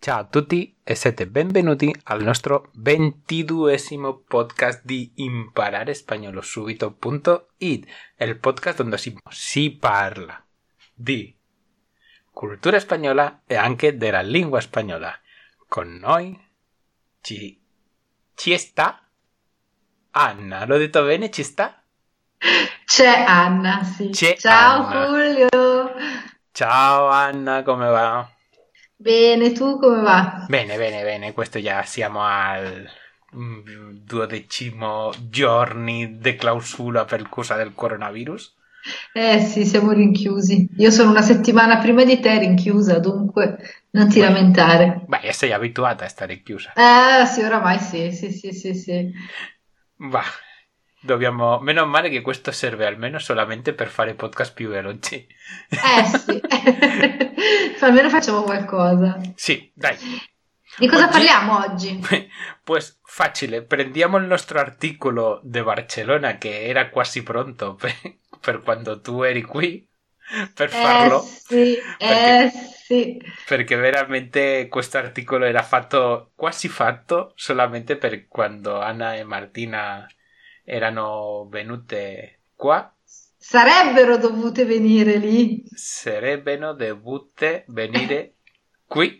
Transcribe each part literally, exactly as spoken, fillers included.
Ciao a tutti e siete benvenuti al nostro ventiduesimo podcast di imparare spagnolo subito punto it, il podcast dove si, si parla di cultura spagnola e anche della lingua spagnola. Con noi ci, ci sta Anna, l'ho detto bene, ci sta? C'è Anna, sì. C'è Ciao Anna. Julio. Ciao Anna, come va? Bene, tu come va? Bene, bene, bene, questo già siamo al mm, duodecimo giorni di clausura per causa del coronavirus. Eh sì, siamo rinchiusi. Io sono una settimana prima di te rinchiusa, dunque non ti Beh, lamentare. beh, sei abituata a stare chiusa. Eh sì, oramai sì, sì, sì, sì, sì. Va, dobbiamo... Meno male che questo serve almeno solamente per fare podcast più veloci. Eh sì. Almeno facciamo qualcosa. Sì, dai. Di cosa Oggi, parliamo oggi? pues facile, prendiamo il nostro articolo di Barcellona che era quasi pronto per, per quando tu eri qui per Eh farlo, sì, perché, eh sì. perché veramente questo articolo era fatto, quasi fatto, solamente per quando Anna e Martina erano venute qua. Sarebbero dovute venire lì. Sarebbero dovute venire qui.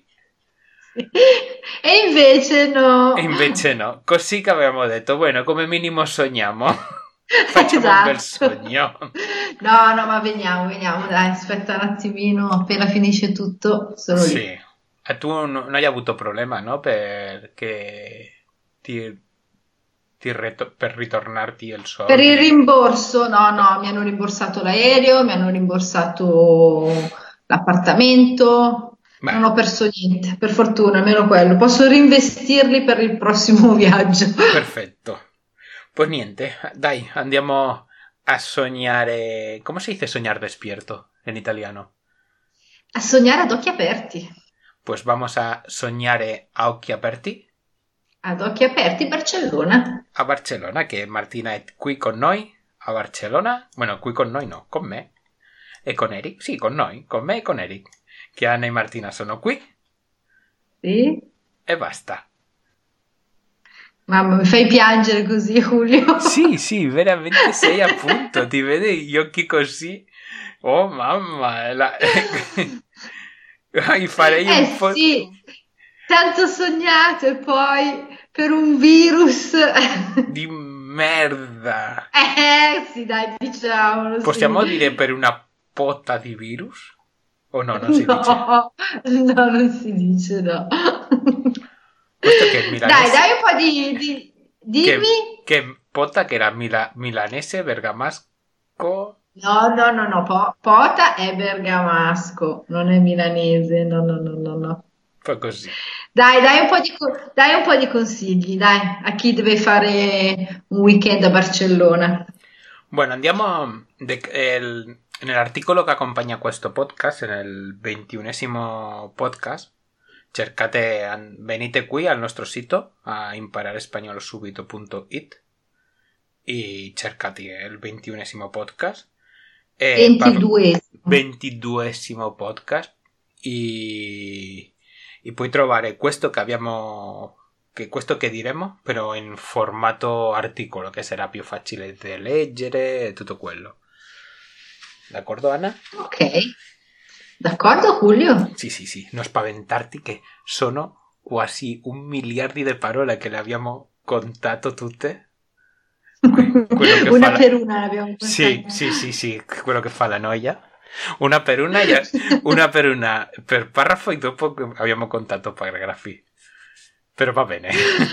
E invece E no. invece no, così che avevamo detto, bueno, come minimo sogniamo, facciamo un bel Esatto. sogno. No, no, ma veniamo, veniamo, dai, aspetta un attimino, appena finisce tutto, sono Sì, lì. e tu no- non hai avuto problema, no? Perché ti, ti reto- per ritornarti i Per il soldi. rimborso, no, no, mi hanno rimborsato l'aereo, mi hanno rimborsato l'appartamento, non Beh, ho perso niente, per fortuna, almeno quello. Posso reinvestirli per il prossimo viaggio. perfetto. Pues niente, dai, andiamo a sognare. ¿Cómo se dice soñar despierto en italiano? A sognare ad occhi aperti. Pues vamos a sognare a occhi aperti Ad occhi aperti, Barcellona. a Barcellona, che Martina è qui con noi a Barcellona. Bueno, qui con noi no, con me e con Eric. Sì, con noi, con me e con Eric. Che Anna e Martina sono qui Sì? e basta. Mamma, mi fai piangere così, Julio. Sì, sì, veramente sei a punto, ti vedi gli occhi così. Oh mamma, la... farei Eh un po' sì, tanto sognato e poi per un virus. di merda. Eh sì, dai, diciamolo, sì. Possiamo dire per una potta di virus? O no, non si dice. No, no, non si dice no. Questo che è Dai, milanese, dai un po' di, di- che, dimmi. che potta che era mila- milanese, bergamasco. No, no, no, no, Po- Pota è bergamasco, non è milanese, no, no, no, no, no. Fa così. Dai, dai un po' di, co- dai un po' di consigli, dai, a chi deve fare un weekend a Barcellona. Bueno, andiamo de- el- nell'articolo che accompagna questo podcast, nel ventiunesimo podcast. Cercate, an- venite qui al nostro sito a impararespagnolo punto it e cercate il ventiunesimo podcast e parlo ventiduesimo. ventiduesimo podcast e, e puoi trovare questo che abbiamo che questo che diremo però in formato articolo che sarà più facile da leggere e tutto quello. D'accordo Anna? Ok, d'accordo Julio? Sì, sì, sì, non spaventarti che sono quasi un miliardo di parole che le abbiamo contato tutte. Que- quello che fa Una la... per una l'abbiamo Sì, contata. sì, sì, sì, quello che fa la noia. Una per una, e- una per una per paragrafo e dopo abbiamo contato paragrafi. Però va bene.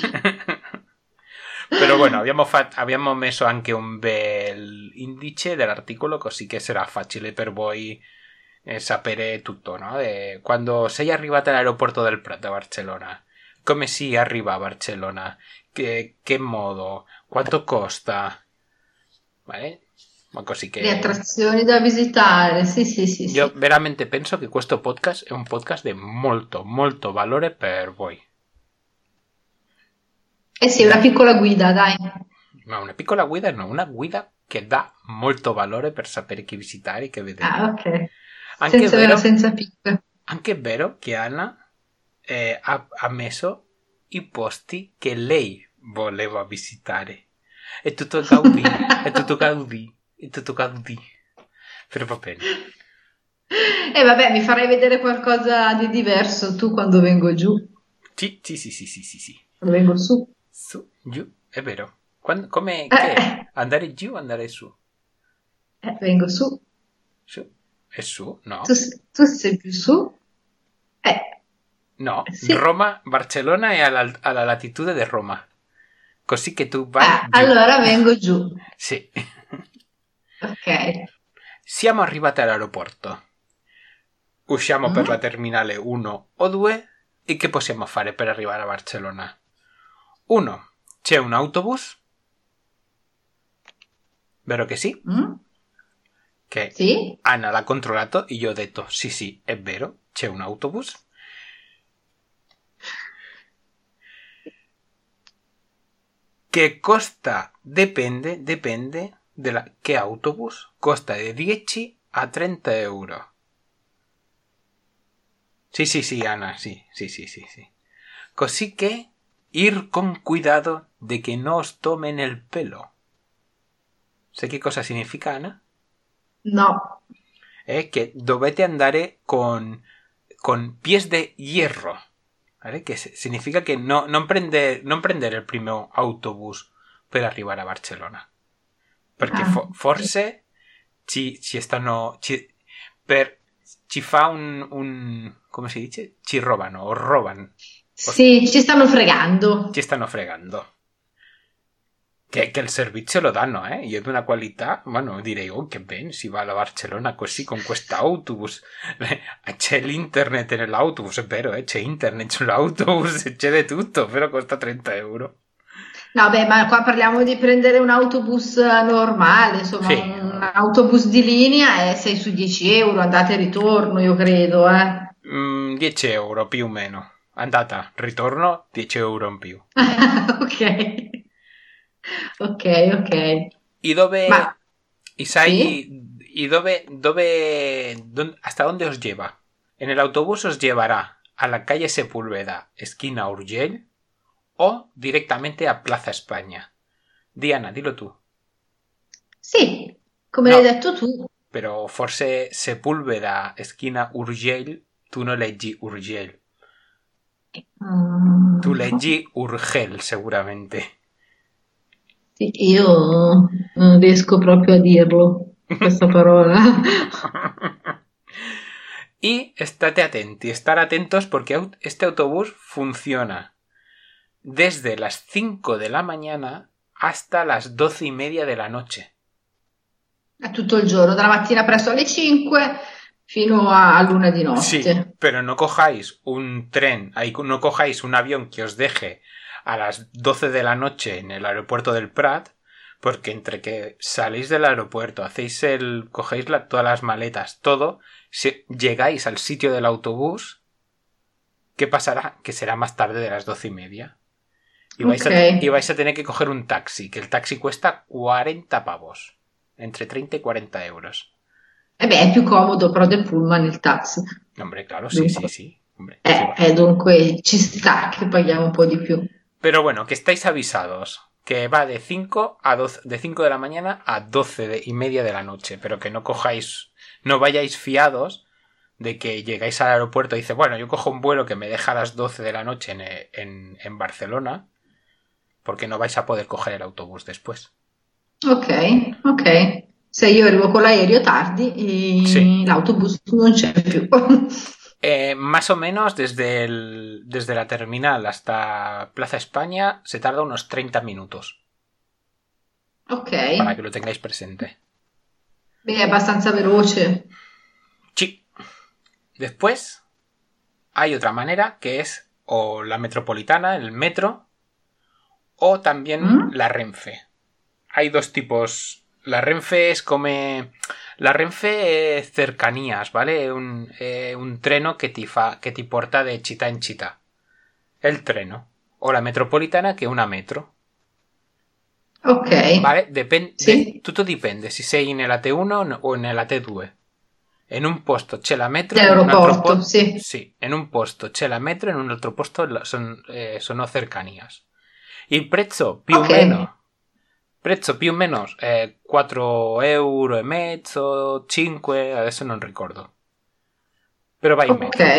Però bueno, abbiamo, fatto, abbiamo messo anche un bel indice dell'articolo così che sarà facile per voi eh, sapere tutto, no? E quando sei arrivata all'aeroporto del Prat a Barcellona, come si arriva a Barcellona? Che, che modo? Quanto costa? Vale? Ma così Le che attrazioni da visitare, sì, sì, sì, io sì. veramente penso che questo podcast è un podcast di molto, molto valore per voi. Eh sì, una Dai, piccola guida, dai. ma una piccola guida no, una guida che dà molto valore per sapere che visitare e che vedere. Ah, ok. Anche è Senza, vero, senza picche. anche è vero che Anna eh, ha, ha messo i posti che lei voleva visitare. È tutto Gaudì, è tutto Gaudì, è tutto Gaudì. Però va bene. E vabbè, mi farai vedere qualcosa di diverso tu quando vengo giù. Sì, sì, sì, sì, sì, sì, sì. Vengo su. Su, giù, è vero. Quando, come, Eh, che è? eh, Andare giù o andare su? eh, vengo su. Su. E su? Tu, No. tu sei più su? Eh, No. sì. Roma, Barcellona è alla, alla latitudine di Roma. Così che tu vai Ah, giù. allora vengo giù. Sì. Ok. Siamo arrivati all'aeroporto. Usciamo per la Mm? terminale uno o due e che possiamo fare per arrivare a Barcellona? uno. C'è un autobus? Vero che sì? Mm? Che Sì? Anna l'ha controllato e io ho detto sì sì, è vero, c'è un autobus. Che costa, dipende, dipende della, che autobus, costa da dieci a trenta euro. Sì, sì, sì, Ana, sì, sì, sì, sì, sì. Così que ir con cuidado de que no os tomen el pelo. ¿Sé qué cosa significa, Ana? No. Es que dovete andare con, con pies de hierro. ¿Vale? Que significa que no, no, prender, no prender el primo autobus per arribar a Barcelona. Perché Ah, fo- forse ci, ci stanno... Ci, per, ci fa un, un... come si dice? Ci robano o roban. O sì, ci stanno fregando. ci stanno fregando. Che, che il servizio lo danno, eh? Io di una qualità, bueno, direi, oh, che bene, si va a Barcellona così con quest'autobus. C'è l'internet nell'autobus, è vero, eh? C'è internet sull'autobus, c'è di tutto, però costa trenta euro. No, beh, ma qua parliamo di prendere un autobus eh, normale, insomma, Sì, un autobus di linea e sei su dieci euro, andata e ritorno, io credo, eh. mm, dieci euro più o meno. Andata, ritorno, dieci euro in più. Ok, ok, ok. ¿Y dove, Ma y sì? sai, y dove, dove, dónde- hasta dónde os lleva? En el autobús os llevará a la calle Sepúlveda, esquina Urgell, o directamente a Plaza España. Diana, dilo tú. Sì, come l'hai No, detto tu. pero forse Sepúlveda, esquina Urgell, tu no leggi Urgell. Tu Mm, leggi Urgel, seguramente. sì, io non riesco proprio a dirlo, questa parola. Y estate atenti, estar atentos porque este autobús funciona desde las cinco de la mañana hasta las doce y media de la noche. È tutto il giorno, dalla mattina presto alle cinque fino a, a luna di Sí, notte. pero no cojáis un tren, no cojáis un avión que os deje a las doce de la noche en el aeropuerto del Prat, porque entre que salís del aeropuerto, hacéis el, cogéis la, todas las maletas, todo, si llegáis al sitio del autobús, ¿qué pasará? Que será más tarde de las doce y media. Y vais, Ok, a, y vais a tener que coger un taxi, que el taxi cuesta cuarenta pavos, entre treinta y cuarenta euros. e beh, è più comodo però del pullman il taxi. Hombre, claro, sí, sí, Dunque, sí. Hombre, sí eh, va. eh, dunque ci sta che paghiamo un po' di più. Pero bueno, que estáis avisados. Que va de cinco a doce, de cinco de la mañana a doce de, y media de la noche. Pero que no cojáis, no vayáis fiados de que llegáis al aeropuerto y dice, bueno, yo cojo un vuelo que me deja a las doce de la noche en, en, en Barcelona, porque no vais a poder coger el autobús después. Ok, ok. Se io arrivo con l'aereo tardi, Sí. e l'autobus non c'è più. Eh, más o menos desde, el, desde la terminal hasta Plaza España se tarda unos treinta minutos. Ok, Para que lo tengáis presente. beh, è abbastanza veloce. Sí. Después hay otra manera que es o la metropolitana, el metro, o también Mm? la Renfe. Hay dos tipos. La Renfe es come... La Renfe es cercanías, ¿vale? Un, eh, un treno que ti, fa, que ti porta de città in città. El treno. O la metropolitana che è una metro. Ok, ¿Vale? Depende, de, sì. tutto dipende se sei nella T uno o nella T due. in un posto c'è la metro e in un altro L'aeroporto, posto sì. sì, in un posto c'è la metro e in un altro posto la- son- eh, sono cercanías. Il prezzo più o Ok, meno, prezzo più o meno eh, quattro euro e mezzo, cinque, adesso non ricordo. Però va in ok. metro.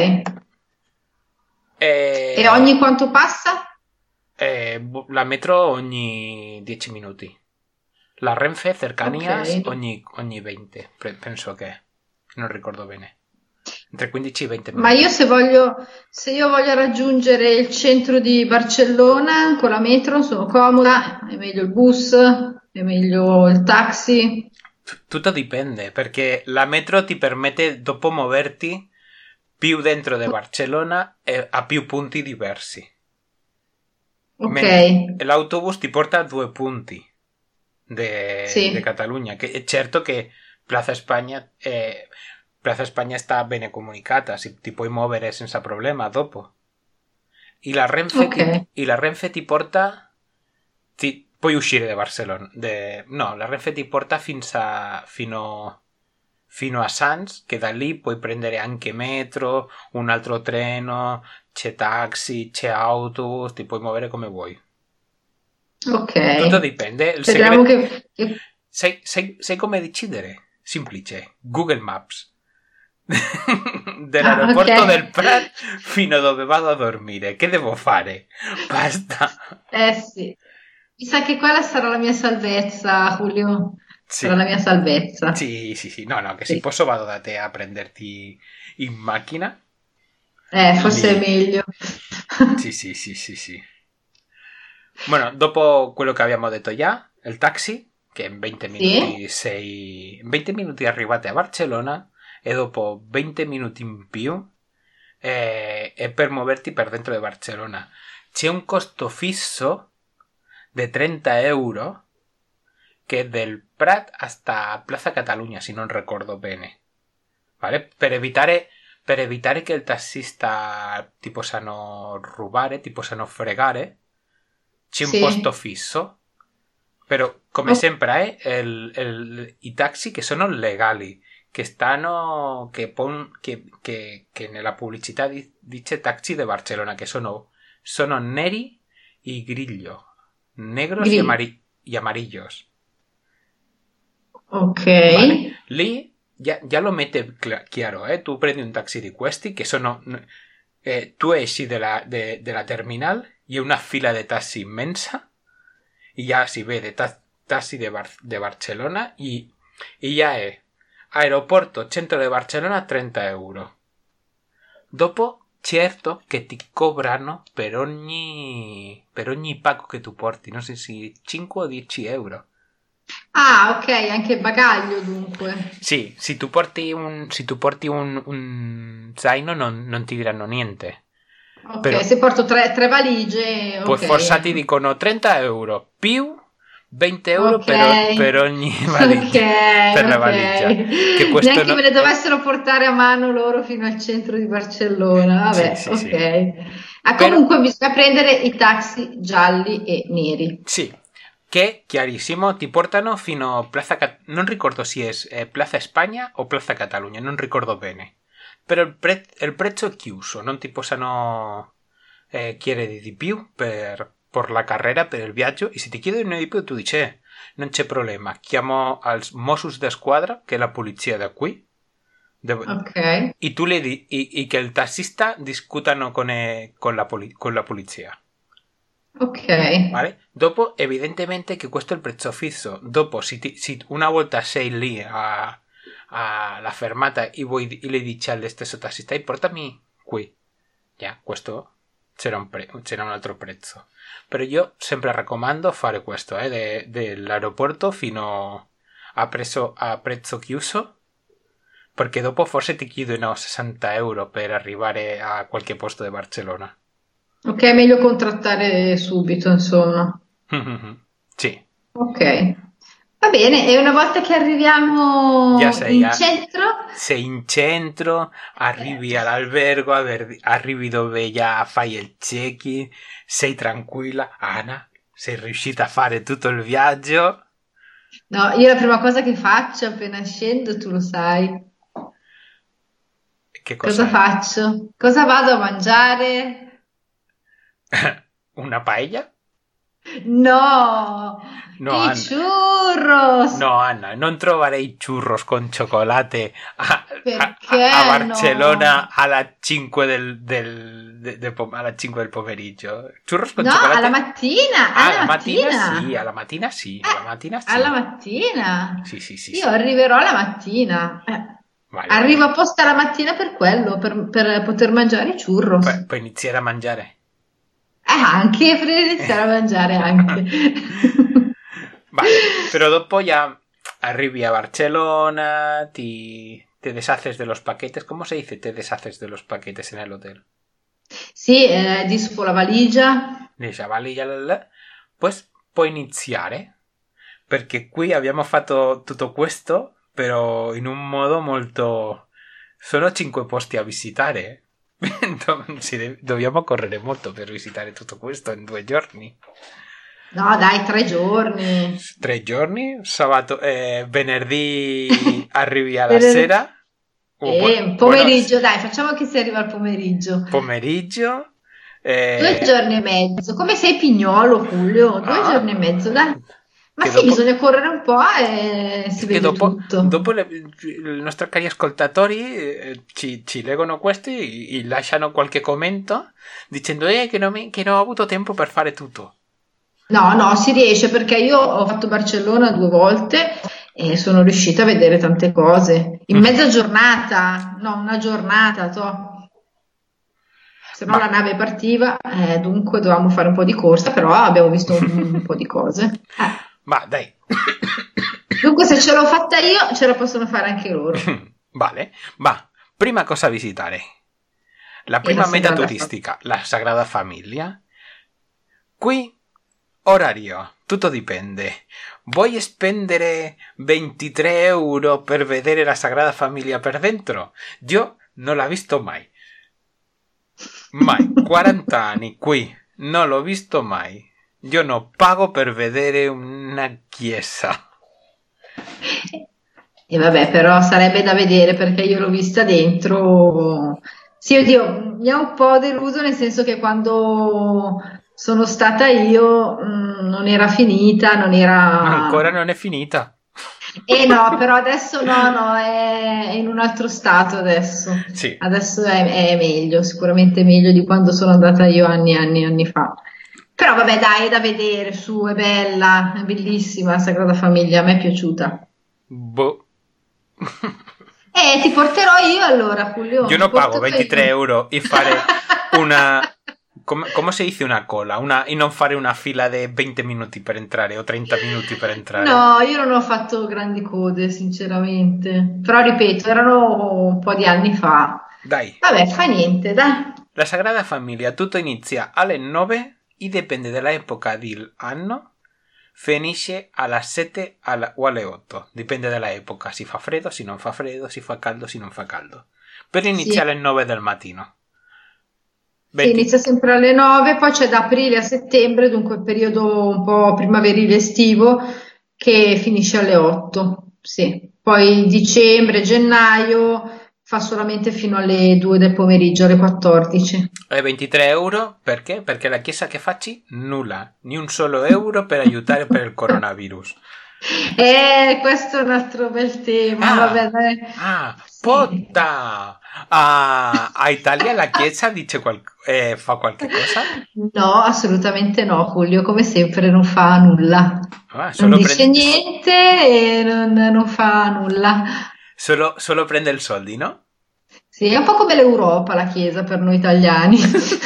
E E, ogni quanto passa? e bu- la metro ogni dieci minuti. La Renfe Ok. cercanías ogni, ogni venti, pre- penso che, non ricordo bene. Entre quindici e venti Ma io minuti. se voglio, se io voglio raggiungere il centro di Barcellona con la metro sono comoda, è meglio il bus, è meglio il taxi. T- Tutto dipende, perché la metro ti permette dopo muoverti più dentro di Barcellona e a più punti diversi. Ok, Mentre l'autobus ti porta a due punti di sì, Catalunya. Che è certo che Plaza Spagna, eh, Plaza Spagna sta bene comunicata, si, ti puoi muovere senza problema dopo. E la Renfe ok, ti, e la Renfe ti porta. Ti, puoi uscire da Barcellona. De, no, la Renfe ti porta fins a, fino, fino a Sants, che da lì puoi prendere anche metro, un altro treno, c'è taxi, c'è autobus, ti puoi muovere come vuoi. Tutto ok. dipende. Il Speriamo segreto. che, che- Sai, sai, sai come decidere? Semplice. Google Maps. Ah, ok. Dell'aeroporto del Prat fino a dove vado a dormire. Che devo fare? Basta. Eh sì, mi sa che quella sarà la mia salvezza, Julio. Sarà Sì. la mia salvezza. Sì, sì, sì. No, no, che se Sì. posso vado da te a prenderti in macchina. Eh, forse è Lì. meglio. Sì, sì, sì, sì, sì. Bueno, dopo quello che abbiamo detto già, il taxi, che in venti Sì? minuti sei... in venti minuti arrivate a Barcellona e dopo venti minuti in più eh, è per muoverti per dentro di Barcellona. C'è un costo fisso di trenta euro che è del Prat hasta Plaza Catalunya, se non ricordo bene. ¿Vale? Per evitare, per evitare che il tassista ti possano rubare, ti possano fregare, c'è un posto Sì. fisso, però come Ok. sempre eh, el- el- i taxi che sono legali, che stanno, che, pon, che, che, che nella pubblicità di- dice taxi di Barcellona, che sono, sono neri y grillo, negros y, Gri- amari- y amarillos. Ok. ¿Vale? Lì ya, ya lo mette cl- chiaro, eh? Tu prendi un taxi di questi che sono... Eh, tu esci della, de, della terminal y hay una fila de taxi inmensa y ya si ve de ta- taxi de, Bar- de Barcelona y, y ya è aeroporto centro de Barcelona trenta euro. Dopo certo che ti cobrano per ogni per ogni pacco che tu porti, non so se cinque o dieci euro. Ah, ok, anche il bagaglio dunque. Sì, se tu porti un, se tu porti un, un zaino non, non ti diranno niente. Ok, Però se porto tre, tre valigie, poi ok. forse ti dicono trenta euro più venti euro Ok, per, o- per ogni ok, valigia, per la ok. valigia. Che questo Neanche no... me ne dovessero portare a mano loro fino al centro di Barcellona. Sì, Vabbè, sì, sì. ok. Ah, Però comunque bisogna prendere i taxi gialli e neri. sì, che chiarissimo ti portano fino a Plaza Cat- non ricordo se è eh, Plaza Spagna o Plaza Catalunya, non ricordo bene. Però il, pre- il prezzo è chiuso, non ti possano eh, chiedere di più per, per la carrera, per il viaggio, e se ti chiedono di più tu dici eh, non c'è problema, chiamo al Mossos de Squadra, che è la polizia da qui, dove- Ok, e tu le di- e, e che il tassista discutano con, eh, con la poli- con la polizia. ok, ¿Vale? Dopo, evidentemente che questo è il prezzo fisso. Dopo, se, ti, se una volta sei lì a, alla fermata e, vuoi, e le dici allo stesso tassista, portami qui, già, questo c'era un, pre- c'era un altro prezzo. Però io sempre raccomando fare questo, eh, de, dell'aeroporto fino a, preso, a prezzo chiuso, perché dopo forse ti chiedono sessanta euro per arrivare a qualche posto di Barcellona. ok, è meglio contrattare subito, insomma. Sì. Ok, va bene, e una volta che Già arriviamo sei, in a, centro, sei in centro, eh, arrivi all'albergo, aver- arrivi dove già fai il check-in, sei tranquilla, Anna, sei riuscita a fare tutto il viaggio. no, io la prima cosa che faccio appena scendo, tu lo sai. Che Cosa cosa faccio? Cosa vado a mangiare? è? Una paella? No, No, i Anna. churros! No, Anna, non troverei churros con chocolate a, a- a- a Perché Barcellona no? alle cinque del, del, de- de pom- alla cinque del pomeriggio. Churros con No, alla chocolate? mattina, Ah, alla alla mattina sì, mattina. alla mattina sì, alla Eh, mattina alla sì. mattina. Sì, sì, sì, Io sì. arriverò la mattina. Eh, Vale, arrivo vale. apposta la mattina per quello, per, per poter mangiare i Pu- churros. puoi iniziare a mangiare. Eh, anche per iniziare a mangiare anche. Vale, pero dopo ya arribi a Barcelona, ti, te deshaces de los paquetes. ¿Cómo se dice te deshaces de los paquetes en el hotel? Sì, eh, dispo la valigia. Dice, vale, ya la, la. Pues puoi iniziare, perché qui abbiamo fatto tutto questo, però in un modo molto... Sono cinque posti a visitare. Do- sì, de- dobbiamo correre molto per visitare tutto questo in due giorni. No, dai, tre giorni. Tre giorni, sabato, eh, venerdì arrivi alla Per- sera, o bu- eh, bueno, s- pomeriggio, dai, facciamo che si arriva al pomeriggio. pomeriggio, Due eh, giorni e mezzo. Come sei pignolo, Julio? Due giorni e ah, mezzo, dai. Ma che sì, dopo, bisogna correre un po' e si che vede dopo, tutto. dopo le, i nostri cari ascoltatori eh, ci, ci leggono questo e, e lasciano qualche commento dicendo eh, che, non mi- che non ho avuto tempo per fare tutto. No, no, si riesce perché io ho fatto Barcellona due volte e sono riuscita a vedere tante cose. In mezza giornata, no, una giornata, toh. Se no Ma, la nave partiva, eh, dunque dovevamo fare un po' di corsa, però abbiamo visto un, un po' di cose. Eh. ma dai. Dunque se ce l'ho fatta io, ce la possono fare anche loro. Vale, va. Prima cosa a visitare. La E la prima meta Sagrada Famiglia. turistica, la Sagrada Famiglia. Qui orario, tutto dipende. Vuoi spendere ventitré euro per vedere la Sagrada Famiglia per dentro? Io non l'ho visto mai. Mai. quaranta anni qui. Non l'ho visto mai. Io non pago per vedere una chiesa. E vabbè, però sarebbe da vedere perché io l'ho vista dentro. Sì, oddio, mi ha un po' deluso nel senso che quando sono stata io, mh, non era finita, non Ma ancora era... non è finita. Eh no, però adesso no, no, è, è in un altro stato adesso. Sì. Adesso è, è meglio, sicuramente meglio di quando sono andata io anni e anni e anni fa. Però vabbè, dai, è da vedere, su, è bella, è bellissima la Sagrada Famiglia, a me è piaciuta. Boh. Eh, ti porterò io allora, Julio, Io ti non pago porterò ventitré io. euro e fare una... Come, come si dice una cola? Una, e non fare una fila di venti minuti per entrare o trenta minuti per entrare. No, io non ho fatto grandi code, sinceramente. Però ripeto, erano un po' di anni fa. Dai, Vabbè, fa niente, dai. la Sagrada Famiglia tutto inizia alle nove e dipende dall'epoca dell'anno. Finisce alle sette alla- o alle otto. Dipende dall'epoca. Si fa freddo, si non fa freddo, si fa caldo, si non fa caldo. Per Sì, iniziare alle nove del mattino. sì, venti inizia sempre alle nove, poi c'è da aprile a settembre, dunque il periodo un po' primaverile estivo, che finisce alle otto. Sì. Poi dicembre, gennaio fa solamente fino alle due del pomeriggio, alle quattordici. e ventitré euro perché? Perché la chiesa che facci nulla, ni un solo euro per aiutare per il coronavirus. Eh, questo è un altro bel tema, vabbè, Ah, dai. ah, Sì. potta! A, a Italia la chiesa dice qual- eh, fa qualche cosa? No, assolutamente no, Julio, come sempre non fa nulla. Ah, Non solo, dice prende, niente e non, non fa nulla. solo, solo prende il soldi, no? Sì, è un po' come l'Europa, la Chiesa per noi italiani.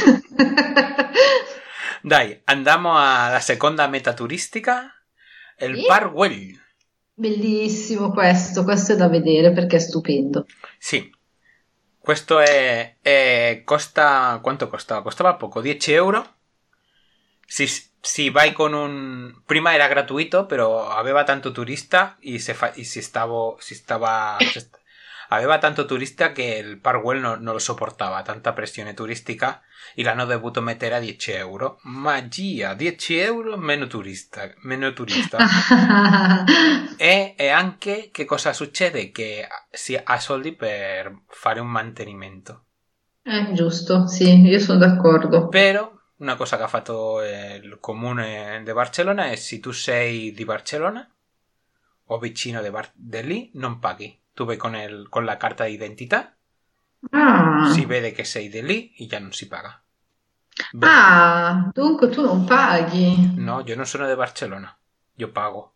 Dai, andiamo alla seconda meta turistica, il Sì, Park Güell. bellissimo questo, questo è da vedere perché è stupendo. Sì, questo è, è- costa, quanto costava? Costava poco, dieci euro. Si, si vai con un... Prima era gratuito, però aveva tanto turista e, se fa, e si, stavo, si stava... si st- aveva tanto turista che il Parkwell no, non lo sopportava, tanta pressione turistica, e l'hanno dovuto mettere a dieci euro. Magia, dieci euro meno turista, meno turista. e, e anche che cosa succede? Che si ha soldi per fare un mantenimento. Eh, giusto, sì, io sono d'accordo. Però una cosa che ha fatto il comune di Barcellona è se tu sei di Barcellona o vicino di Bar- lì, non paghi. Tu vai con, el, con la carta d'identità, Ah. si vede che sei di lì e già non si paga. Beh, Ah, dunque tu non paghi. no, io non sono di Barcellona, io pago.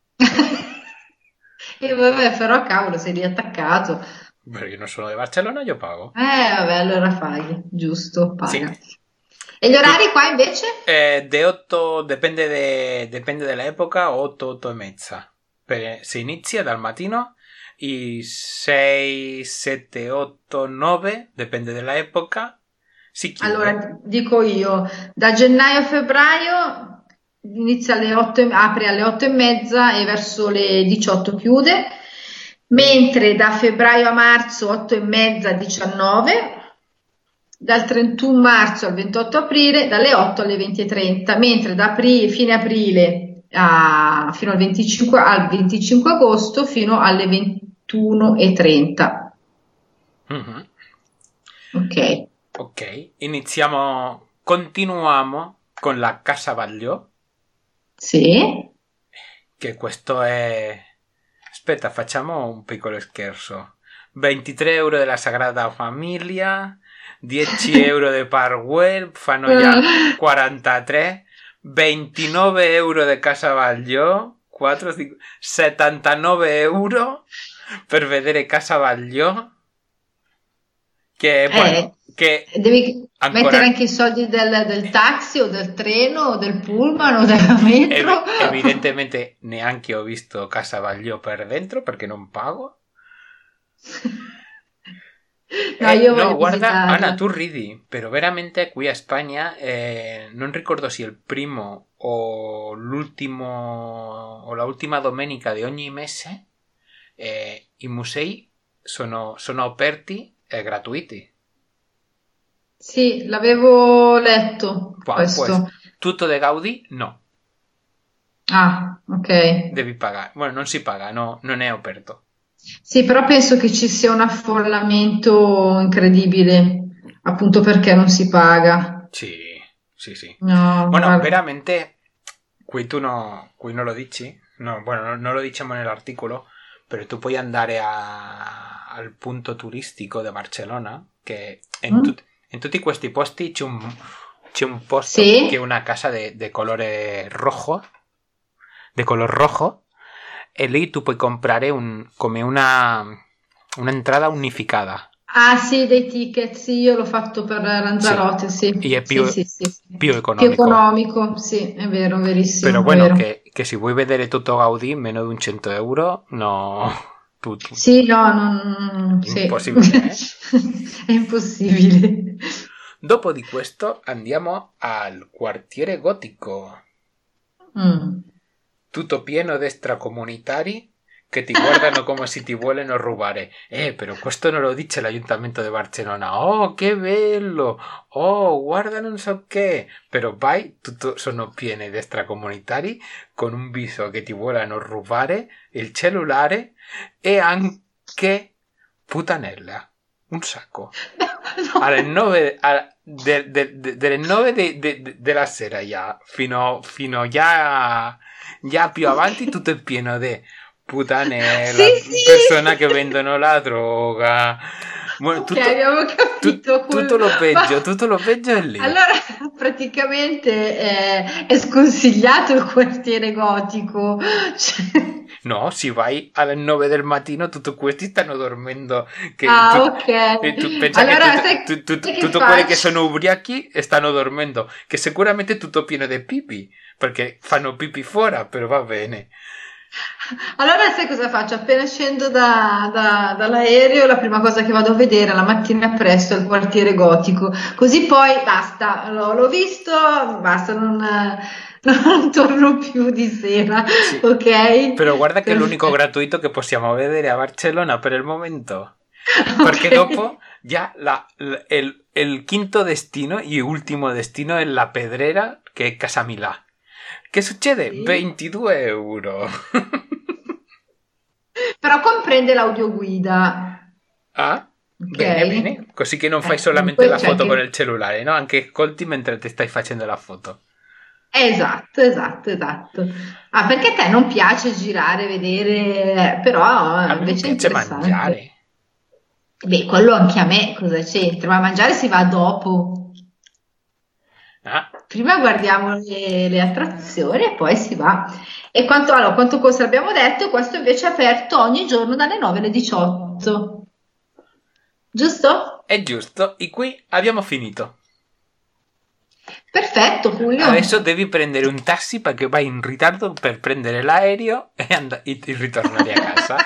E vabbè, però cavolo, sei riattaccato. Però io non sono di Barcellona, io pago. Eh, vabbè, allora paghi, giusto, Sì. paga. E gli orari qua invece? Eh, de otto, dipende, de, dipende dall'epoca, otto, otto e mezza. Per, si inizia dal mattino e sei, sette, otto, nove, dipende dall'epoca, si chiude. Allora, dico io, da gennaio a febbraio inizia alle otto, e- apre alle otto e mezza e verso le diciotto chiude, mentre da febbraio a marzo otto e mezza, diciannove, dal trentuno marzo al ventotto aprile dalle otto alle venti e trenta, mentre da apri- fine aprile a- fino al venticinque, al venticinque agosto fino alle ventuno e trenta. Mm-hmm. Ok. Ok, iniziamo, continuiamo con la Casa Batlló, Sì. che questo è... Aspetta, facciamo un piccolo scherzo. ventitré euro della Sagrada Famiglia, dieci euro di Parkwell, fanno già quarantatré, ventinove euro di Casa Batlló, quattro, cinque, settantanove euro per vedere Casa Batlló, che, bueno, Eh, che devi ancora... mettere anche i soldi del, del taxi o del treno o del pullman o della metro. Ev- evidentemente neanche ho visto Casa Batlló per dentro perché non pago. No, Eh, io no, voglio guarda, visitarla. Anna, tu ridi, però veramente qui a Spagna eh, non ricordo se il primo o l'ultimo o la ultima domenica di ogni mese eh, i musei sono, sono aperti e gratuiti. Sì, l'avevo letto Qua, pues, questo. tutto de Gaudì, no, Ah, ok. devi pagare. Bueno, non si paga, no, non è aperto. Sì, però penso che ci sia un affollamento incredibile, appunto perché non si paga. Sì, sì, sì. No, Bueno, guarda. veramente, qui tu no, qui non lo dici, no, bueno, no, non lo diciamo nell'articolo, però tu puoi andare a, al punto turistico di Barcellona, che in, Mm? tut- in tutti questi posti c'è un, c'è un posto Sì? che è una casa di colore rojo, di color rojo, e lì tu puoi comprare un, come una, un'entrata unificata. Ah sì, dei ticket, sì, io l'ho fatto per Lanzarote, sì, E è sì, più, sì, sì, sì. più Più economico. economico, sì, è vero, verissimo, Però è bueno, vero. che, che se vuoi vedere tutto Gaudì, meno di un cento euro, no, tu, tu, Sì, no, non... sì, impossibile, eh? è impossibile. Dopo di questo andiamo al quartiere gotico, Mm. tutto pieno di extracomunitari che ti guardano come se ti vogliono rubare. Eh, però questo non lo dice l'Ayuntamiento di Barcellona. Oh, che bello! Oh, guarda non so che. Però vai, tutto sono pieni di extracomunitari con un viso che ti vogliono rubare il cellulare e anche putanella. Un sacco. No. Alle nove, a- de- de- de- delle nove de- de- de- della sera già, fino, fino già, già più avanti tutto è pieno di putanella, Sì, sì. persone che vendono la droga. Bueno, Ok, tutto, abbiamo tu- capito. cool. tutto lo peggio, Ma- tutto lo peggio è lì. Allora, praticamente eh, è sconsigliato il quartiere gotico. Cioè- No, si vai alle nove del mattino, tutti questi stanno dormendo. Che Ah, tu, ok. e tu pensa Allora, che sai, tu- tu- tu- sai che tutti quelli che faccio? sono ubriachi stanno dormendo, che sicuramente è tutto pieno di pipi, perché fanno pipi fuori, però va bene. Allora, sai cosa faccio? Appena scendo da- da- dall'aereo, la prima cosa che vado a vedere la mattina presto è il quartiere gotico. Così poi basta, l'ho, l'ho visto, basta, non, non torno più di sera, Sì, ok? però guarda che è l'unico Perfetto. gratuito che possiamo vedere a Barcellona per il momento. Porque Ok. dopo ya la, la- el, el quinto destino y último destino es la Pedrera, che è Casa Milà. Che succede? Sì. ventidue euro. Però comprende l'audioguida, Ah, ok? bene, bene. Così che non fai Eh, solamente comunque la c'è foto con anche... il cellulare, no? Anche ascolti mentre ti stai facendo la foto. Esatto, esatto, esatto. Ah, perché a te non piace girare, vedere, però A eh, me mi invece è piace interessante. mangiare. Beh, quello anche a me, cosa c'entra? Ma a mangiare si va dopo. Ah, Prima guardiamo le, le attrazioni e poi si va. E quanto, allora, quanto costa? Abbiamo detto, questo invece è aperto ogni giorno dalle nove alle diciotto. Giusto? è giusto. E qui abbiamo finito. Perfetto, Adesso Julio. devi prendere un taxi perché vai in ritardo per prendere l'aereo e, and- e ritornare a casa.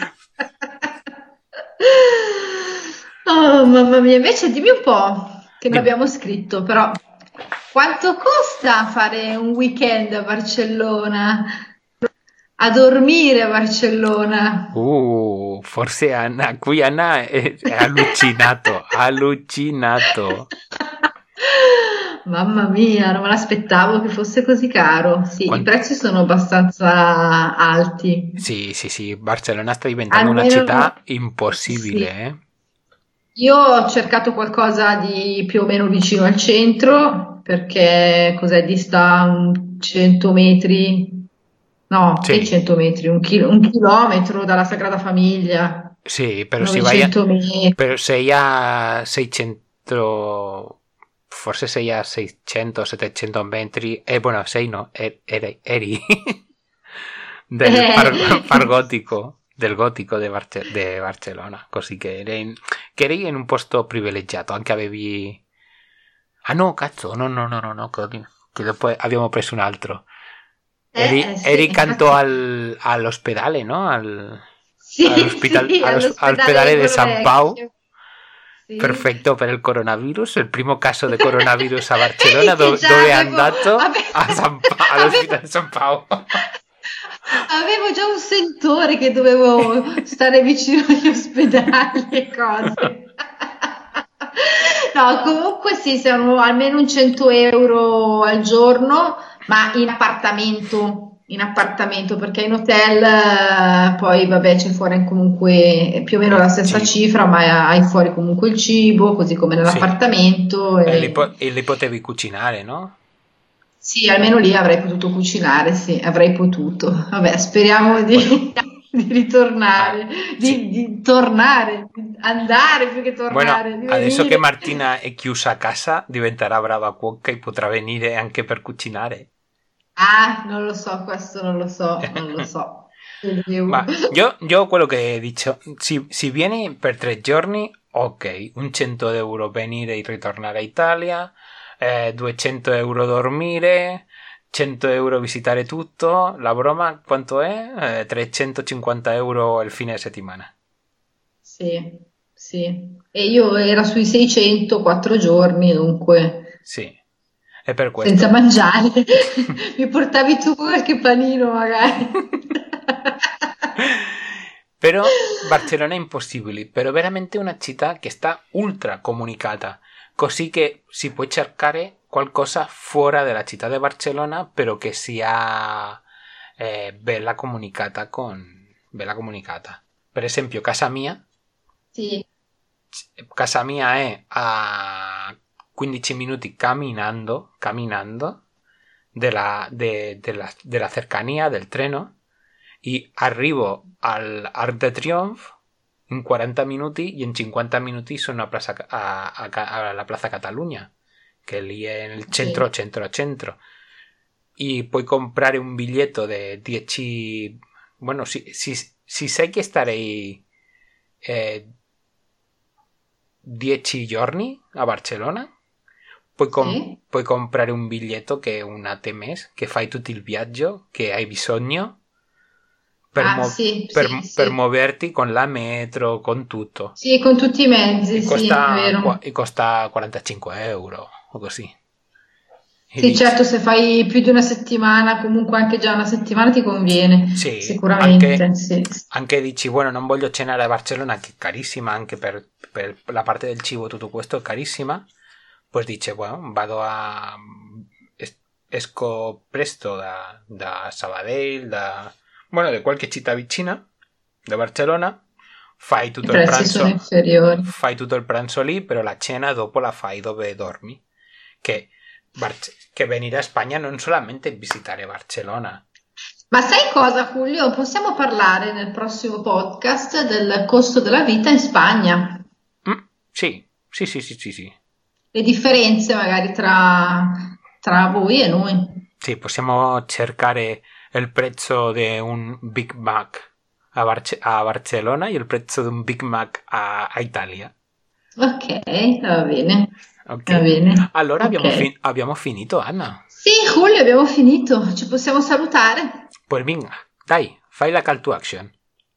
Oh, mamma mia, invece dimmi un po', che non Dimmi. abbiamo scritto, però quanto costa fare un weekend a Barcellona? A dormire a Barcellona? Uh, forse Anna, qui Anna è, è allucinato, allucinato. Mamma mia, non me l'aspettavo che fosse così caro. Sì, i Quant- prezzi sono abbastanza alti. Sì, sì, sì, Barcellona sta diventando una Almeno città impossibile, sì. eh? Io ho cercato qualcosa di più o meno vicino al centro, perché cos'è, dista un cento metri, no, che Sì, cento metri, un, chilo- un chilometro dalla Sagrada Famiglia, sì, però si vai a, novecento metri. però sei a seicento, forse sei a seicento settecento metri, e bueno, sei no, er- eri, eri del par, par Eh, gotico, del gotico di Barce- de Barcellona, così che eri, in, che eri in un posto privilegiato, anche avevi... Ah no, cazzo, no, no, no, no, no, che, che dopo abbiamo preso un altro. eh, Eri, eh, sì, eri canto infatti, al, all'ospedale, no? Al, sì, all'ospital, sì, all'os- all'ospedale all'ospedale de Egoro San Pau. Vecchio, sì. Perfetto per il coronavirus, il primo caso di coronavirus a Barcellona, Vedi che dove, già dove è avevo, andato ave- a San Pa- avevo, all'ospedale San Pau. avevo già un sentore che dovevo stare vicino agli ospedali e cose. No, comunque sì, sono almeno un cento euro al giorno, ma in appartamento, in appartamento, perché in hotel eh, poi vabbè c'è fuori comunque più o meno la Il stessa cibo, cifra, ma hai fuori comunque il cibo, così come sì. nell'appartamento. E li, E... po- e li potevi cucinare, no? Sì, almeno lì avrei potuto cucinare, sì, avrei potuto. Vabbè, speriamo Bueno, di, di ah, ritornare, sì. di, di tornare, di andare più che Bueno, tornare, di adesso che venire. Martina è chiusa a casa, diventerà brava cuoca e potrà venire anche per cucinare. Ah, non lo so, questo non lo so, non lo so. Vedremo. Ma io, io quello che he dicho, si, si vieni per tre giorni, ok, un cento euro venire e ritornare a Italia, eh, duecento euro dormire, cento euro visitare tutto, la broma quanto è? Eh, trecentocinquanta euro il fine settimana. Sì, sì. E io era sui seicento, quattro giorni, dunque, Sì, è per senza questo. mangiare. Mi portavi tu qualche panino, magari. Però Barcellona è impossibile, però veramente una città che sta ultra comunicata, così che si può cercare qualcosa fuori dalla città di Barcellona, però che sia eh, bella comunicata con bella comunicata. Per esempio, casa mia, Sì, casa mia è a quindici minuti camminando, camminando della, de, della, della cercanía del treno y arrivo al Arc de Triomphe in quaranta minuti e in cinquanta minuti sono a, plaza, a, a, alla Plaza Catalunya, che lì è nel sì. centro, centro, centro. E puoi comprare un biglietto di dieci... Bueno, si, si, si sai che starei eh, dieci giorni a Barcellona, puoi, com- Sì? puoi comprare un biglietto che è una te mes, che fai tutto il viaggio che hai bisogno per, Ah, mo- sì, per, sì, per sì. muoverti con la metro, con tutto. Sì, con tutti i E mezzi, sì, è costa, qua- vero. e costa quarantacinque euro o così. E Sì, dici, certo, se fai più di una settimana, comunque anche già una settimana ti conviene, sì, anche, sicuramente, sì. anche dici, bueno, non voglio cenare a Barcellona, che è carissima anche per, per la parte del cibo, tutto questo è carissima, pues dice, bueno, vado a... es- esco presto da, da Sabadell, da... bueno, de qualche città vicina, da Barcellona, fai I tutto il prezzi sono pranzo, inferiori. fai tutto il pranzo lì, però la cena dopo la fai dove dormi, che, Barce- che venire a Spagna non solamente visitare Barcellona. Ma sai cosa, Julio? Possiamo parlare nel prossimo podcast del costo della vita in Spagna, Mm, sì, sì, sì, sì, sì, sì. le differenze magari tra, tra voi e noi. Sì, possiamo cercare il prezzo di un Big Mac a, Barce- a Barcellona e il prezzo di un Big Mac a, a Italia. Ok, va bene, va Ok? bene, Allora ok. abbiamo, fi- abbiamo finito, Anna. Sì, Julio, abbiamo finito, ci possiamo salutare. Pues venga, dai, fai la call to action.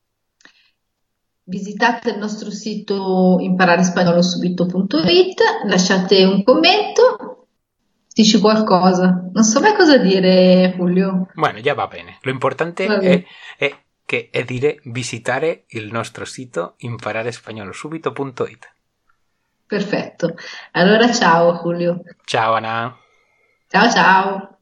Visitate il nostro sito imparerespagnolo subito punto it, lasciate un commento, dici qualcosa. Non so mai cosa dire, Julio. Bueno, ya va bene. Lo importante Vabbè, è, è che è dire visitare il nostro sito imparerespagnolo subito punto it. perfetto. Allora, ciao, Julio. Ciao Anna. Ciao, ciao.